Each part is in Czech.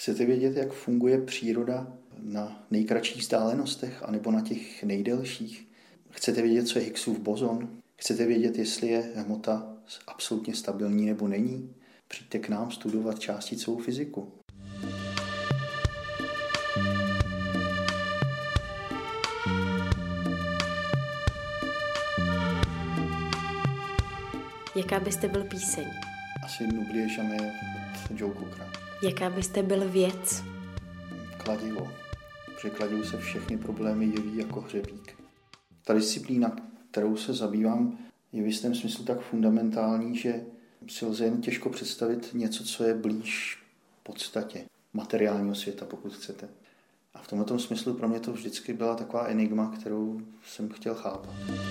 Chcete vědět, jak funguje příroda na nejkratších vzdálenostech anebo na těch nejdelších? Chcete vědět, co je Higgsův bozon? Chcete vědět, jestli je hmota absolutně stabilní nebo není? Přijďte k nám studovat částicovou fyziku. Jaká byste byl píseň? Asi N'oublie jamais od Joe Cockera. Jaká byste byl věc? Kladivo. Při kladivu se všechny problémy jeví jako hřebík. Ta disciplína, kterou se zabývám, je v jistém smyslu tak fundamentální, že si lze jen těžko představit něco, co je blíž podstatě materiálního světa, pokud chcete. A v tomto smyslu pro mě to vždycky byla taková enigma, kterou jsem chtěl chápat.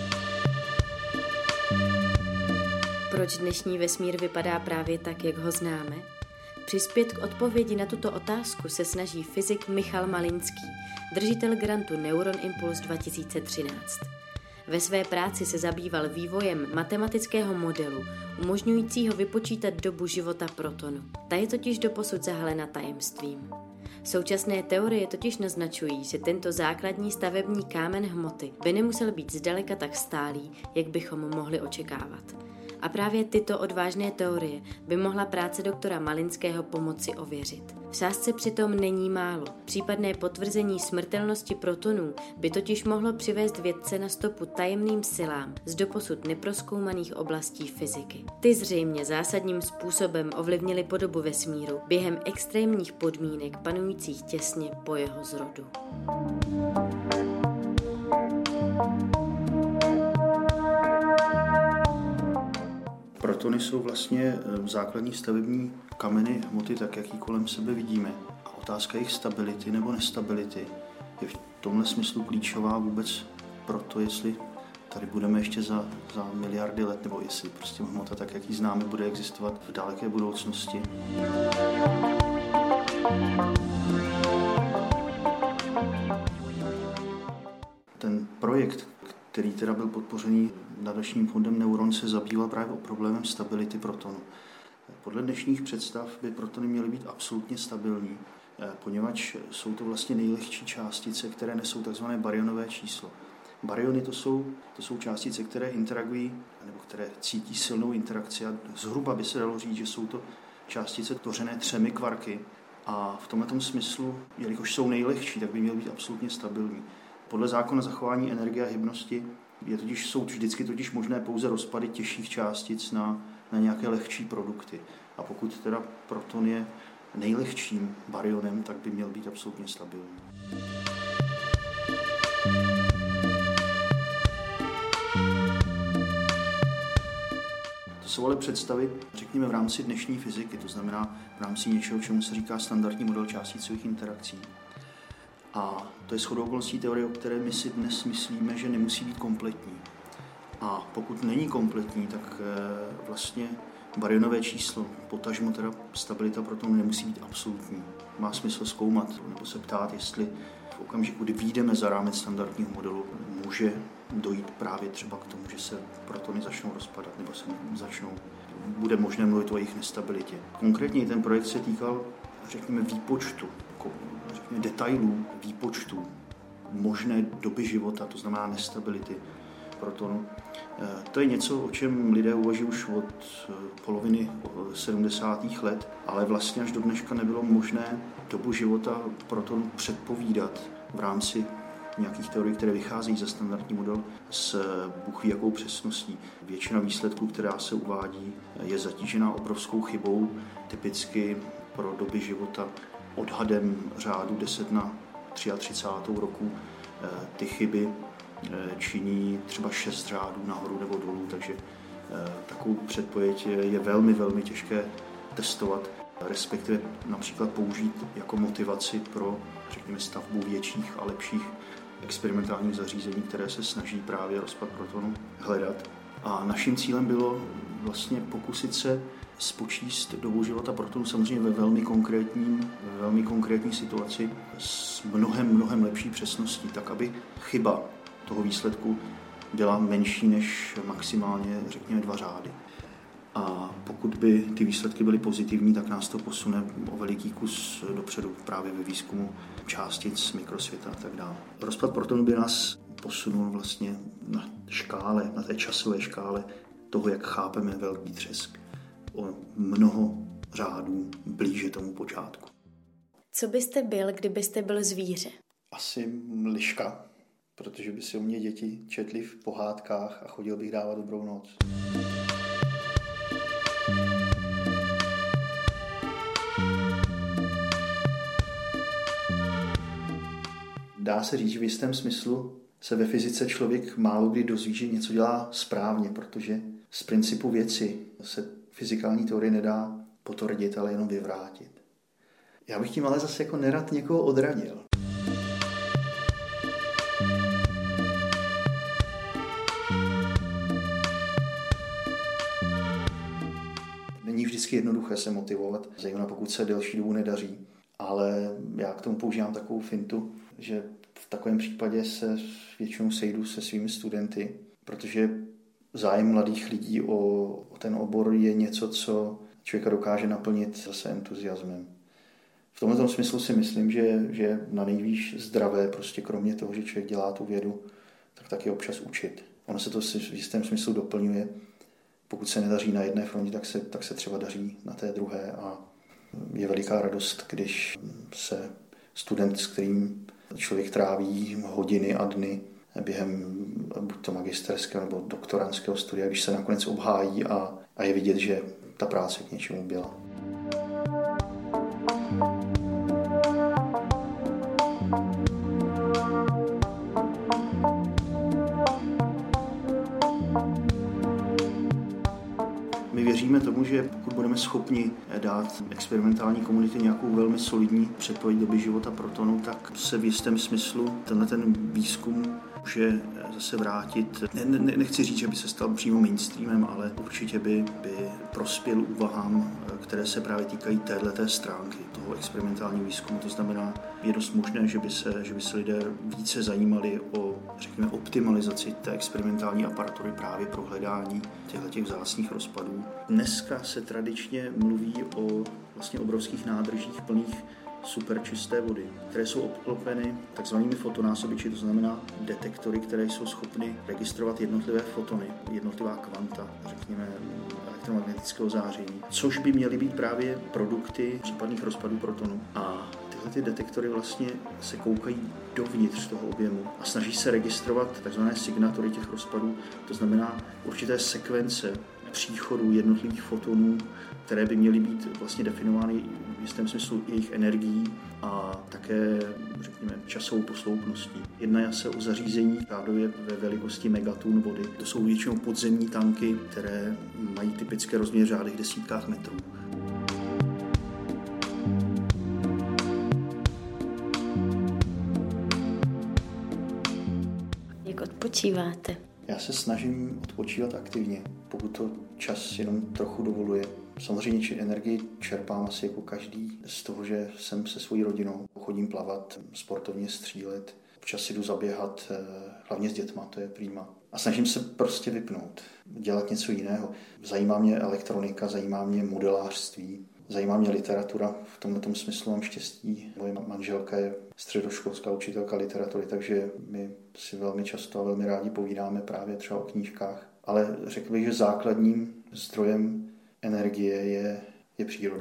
Proč dnešní vesmír vypadá právě tak, jak ho známe? Přispět k odpovědi na tuto otázku se snaží fyzik Michal Malinský, držitel grantu Neuron Impulse 2013. Ve své práci se zabýval vývojem matematického modelu, umožňujícího vypočítat dobu života protonu. Ta je totiž doposud zahalena tajemstvím. Současné teorie totiž naznačují, že tento základní stavební kámen hmoty by nemusel být zdaleka tak stálý, jak bychom mohli očekávat. A právě tyto odvážné teorie by mohla práce doktora Malinského pomoci ověřit. V sázce přitom není málo. Případné potvrzení smrtelnosti protonů by totiž mohlo přivést vědce na stopu tajemným silám z doposud neprozkoumaných oblastí fyziky. Ty zřejmě zásadním způsobem ovlivnily podobu vesmíru během extrémních podmínek panujících těsně po jeho zrodu. Protony jsou vlastně základní stavební kameny hmoty, tak jak ji kolem sebe vidíme. A otázka jejich stability nebo nestability je v tomhle smyslu klíčová vůbec proto, jestli tady budeme ještě za miliardy let, nebo jestli prostě hmota, tak jak ji známe, bude existovat v daleké budoucnosti. Ten projekt, který teda byl podpořený nadačním fondem Neuron, se zabýval právě o problémem stability protonu. Podle dnešních představ by protony měly být absolutně stabilní, poněvadž jsou to vlastně nejlehčí částice, které nesou tzv. Baryonové číslo. Baryony to jsou částice, které interagují, nebo které cítí silnou interakci a zhruba by se dalo říct, že jsou to částice tvořené 3 kvarky a v tomto smyslu, jelikož jsou nejlehčí, tak by měly být absolutně stabilní. Podle zákona zachování energie a hybnosti jsou vždycky možné pouze rozpady těžších částic na nějaké lehčí produkty. A pokud teda proton je nejlehčím baryonem, tak by měl být absolutně stabilní. To jsou ale představy, řekněme, v rámci dnešní fyziky, to znamená v rámci něčeho, čemu se říká standardní model částicových interakcí. A to je shodou okolností teorie, o které my si dnes myslíme, že nemusí být kompletní. A pokud není kompletní, tak vlastně baryonové číslo, potažmo teda stabilita protonu nemusí být absolutní. Má smysl zkoumat nebo se ptát, jestli v okamžiku, kdy vyjdeme za rámec standardního modelu, může dojít právě třeba k tomu, že se protony začnou rozpadat nebo bude možné mluvit o jejich nestabilitě. Konkrétně ten projekt se týkal, řekněme, výpočtu, detailů výpočtu možné doby života, to znamená nestability protonu. To je něco, o čem lidé uvažují už od poloviny 70. let, ale vlastně až do dneška nebylo možné dobu života protonu předpovídat v rámci nějakých teorií, které vycházejí ze standardní model s bůh ví jakou přesností. Většina výsledků, která se uvádí, je zatížená obrovskou chybou, typicky pro doby života odhadem řádu 10 na 33. roku. Ty chyby činí třeba 6 řádů nahoru nebo dolů, takže takovou předpověď je velmi, velmi těžké testovat, respektive například použít jako motivaci pro, řekněme, stavbu větších a lepších experimentálních zařízení, které se snaží právě rozpad protonu hledat. A naším cílem bylo vlastně pokusit se spočíst dobu života protonu samozřejmě ve velmi konkrétní situaci s mnohem lepší přesností, tak aby chyba toho výsledku byla menší než maximálně, řekněme, 2 řády. A pokud by ty výsledky byly pozitivní, tak nás to posune o veliký kus dopředu právě ve výzkumu částic, mikrosvěta a tak dále. Rozpad protonů by nás posunul vlastně na škále, na té časové škále toho, jak chápeme velký třesk, o mnoho řádů blíže tomu počátku. Co byste byl, kdybyste byl zvíře? Asi liška, protože by si o mě děti četly v pohádkách a chodil bych dávat dobrou noc. Dá se říct, že v jistém smyslu se ve fyzice člověk málo kdy dozví, že něco dělá správně, protože z principu věci se fyzikální teorie nedá potvrdit, ale jenom vyvrátit. Já bych tím ale zase jako nerad někoho odradil. Není vždycky jednoduché se motivovat, zejména pokud se delší dobu nedaří, ale já k tomu používám takovou fintu, že v takovém případě se většinou sejdu se svými studenty, protože zájem mladých lidí o ten obor je něco, co člověka dokáže naplnit zase entuziasmem. V tomto smyslu si myslím, že je na nejvýš zdravé, prostě kromě toho, že člověk dělá tu vědu, tak taky občas učit. Ono se to v jistém smyslu doplňuje. Pokud se nedaří na jedné frontě, tak se třeba daří na té druhé a je veliká radost, když se student, s kterým člověk tráví hodiny a dny během buď to magisterského nebo doktorandského studia, když se nakonec obhájí a je vidět, že ta práce k něčemu byla. My věříme tomu, že pokud budeme schopni dát experimentální komunitě nějakou velmi solidní předpověď doby života protonu, tak se v jistém smyslu ten výzkum může zase vrátit. Nechci říct, že by se stal přímo mainstreamem, ale určitě by prospěl úvahám, které se právě týkají téhleté stránky toho experimentálního výzkumu. To znamená, je dost možné, že by se lidé více zajímali o, řekněme, optimalizaci té experimentální aparatury právě pro hledání těch vzácných rozpadů. Dneska se tradičně mluví o vlastně obrovských nádržích plných superčisté vody, které jsou obklopeny takzvanými fotonásobiči, to znamená detektory, které jsou schopny registrovat jednotlivé fotony, jednotlivá kvanta, řekněme, elektromagnetického záření, což by měly být právě produkty případných rozpadů protonu. A tyhle ty detektory vlastně se koukají dovnitř toho objemu a snaží se registrovat takzvané signatury těch rozpadů, to znamená určité sekvence příchodu jednotlivých fotonů, které by měly být vlastně definovány v jistém smyslu jejich energií a také, řekněme, časovou posloupností. Jedná se o zařízení řádově ve velikosti megatun vody. To jsou většinou podzemní tanky, které mají typické rozměry v řádech desítkách metrů. Jak odpočíváte? Já se snažím odpočívat aktivně, pokud to čas jenom trochu dovoluje. Samozřejmě energii čerpám asi jako každý z toho, že jsem se svojí rodinou. Chodím plavat, sportovně střílet, občas si jdu zaběhat, hlavně s dětma, to je prima. A snažím se prostě vypnout, dělat něco jiného. Zajímá mě elektronika, zajímá mě modelářství, zajímá mě literatura. V tomto smyslu mám štěstí. Moje manželka je středoškolská učitelka literatury, takže my si velmi často a velmi rádi povídáme právě třeba o knížkách. Ale řekl bych, že základním zdrojem energie je příroda.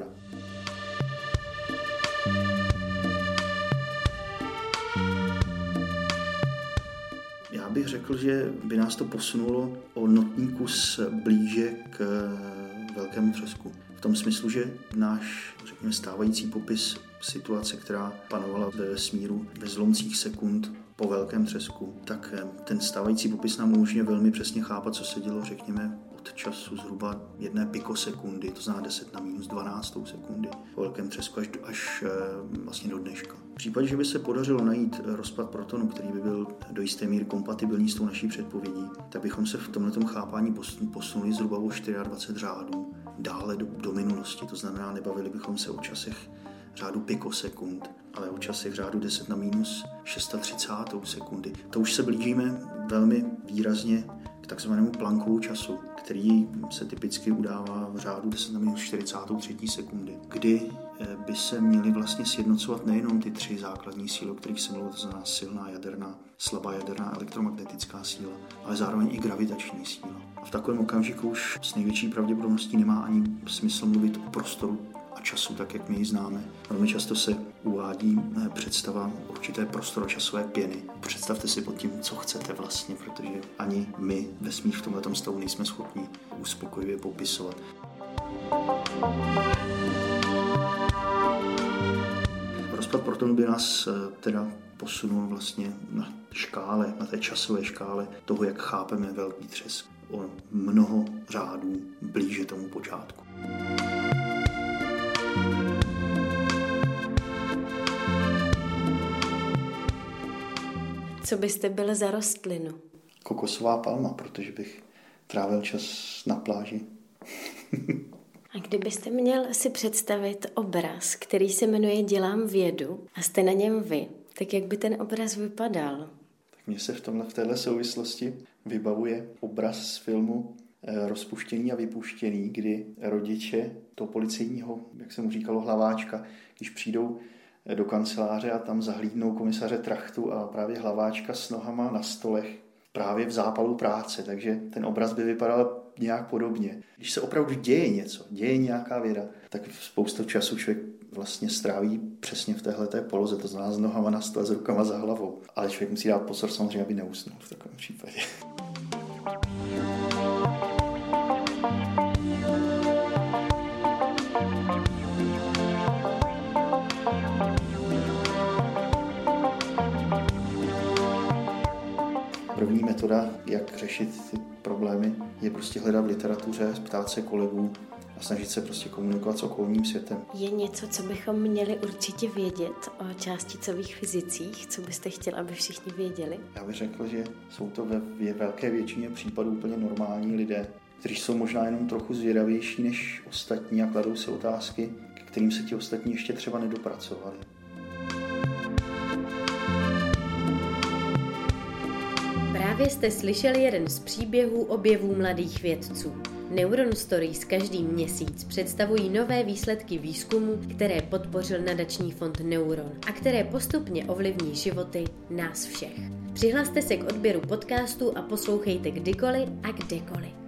Já bych řekl, že by nás to posunulo o notný kus blíže k velkému třesku. V tom smyslu, že náš, řekněme, stávající popis situace, která panovala ve vesmíru ve zlomcích sekund po velkém třesku, tak ten stávající popis nám umožňuje velmi přesně chápat, co se dělo, řekněme, od času zhruba 1 pikosekundy, to znamená 10 na minus 12 sekundy po velkém třesku až vlastně do dneška. V případě, že by se podařilo najít rozpad protonu, který by byl do jisté míry kompatibilní s tou naší předpovědí, tak bychom se v tomto chápání posunuli zhruba o 24 řádů dále do minulosti. To znamená, nebavili bychom se o časech řádu pikosekund, ale o časech řádu 10 na minus 630 sekundy. To už se blížíme velmi výrazně k takzvanému Planckovu času, který se typicky udává v řádu 10 na minus 43 sekundy, kdy by se měly vlastně sjednocovat nejenom ty 3 základní síly, o kterých jsem mluvil, to znamená silná jaderná, slabá jaderná elektromagnetická síla, ale zároveň i gravitační síla. A v takovém okamžiku už s největší pravděpodobností nemá ani smysl mluvit o prostoru a času, tak jak my ji známe. Velmi často se uvádí představa určité prostoročasové pěny. Představte si pod tím, co chcete vlastně, protože ani my vesmír v tomhletom stavu nejsme schopni uspokojivě popisovat. Rozpad protonů by nás teda posunul vlastně na škále, na té časové škále toho, jak chápeme velký třesk, o mnoho řádů blíže tomu počátku. Co byste byl za rostlinu? Kokosová palma, protože bych trávil čas na pláži. A kdybyste měl si představit obraz, který se jmenuje Dělám vědu a jste na něm vy, tak jak by ten obraz vypadal? Tak mně se v téhle souvislosti vybavuje obraz z filmu Rozpuštěný a vypuštěný, kdy rodiče toho policejního, jak se mu říkalo, hlaváčka, když přijdou do kanceláře a tam zahlídnou komisaře Trachtu a právě hlaváčka s nohama na stolech právě v zápalu práce, takže ten obraz by vypadal nějak podobně. Když se opravdu děje něco, děje nějaká věda, tak spoustu času člověk vlastně stráví přesně v téhleté poloze, to znamená s nohama na stole, s rukama za hlavou. Ale člověk musí dát pozor samozřejmě, aby neusnul v takovém případě. První metoda, jak řešit ty problémy, je prostě hledat v literatuře, ptát se kolegů a snažit se prostě komunikovat s okolním světem. Je něco, co bychom měli určitě vědět o částicových fyzicích? Co byste chtěl, aby všichni věděli? Já bych řekl, že jsou to ve velké většině případů úplně normální lidé, kteří jsou možná jenom trochu zvědavější než ostatní a kladou si otázky, ke kterým se ti ostatní ještě třeba nedopracovali. Právě jste slyšeli jeden z příběhů objevů mladých vědců. Neuron Stories každý měsíc představují nové výsledky výzkumu, které podpořil nadační fond Neuron a které postupně ovlivní životy nás všech. Přihlaste se k odběru podcastu a poslouchejte kdykoliv a kdekoliv.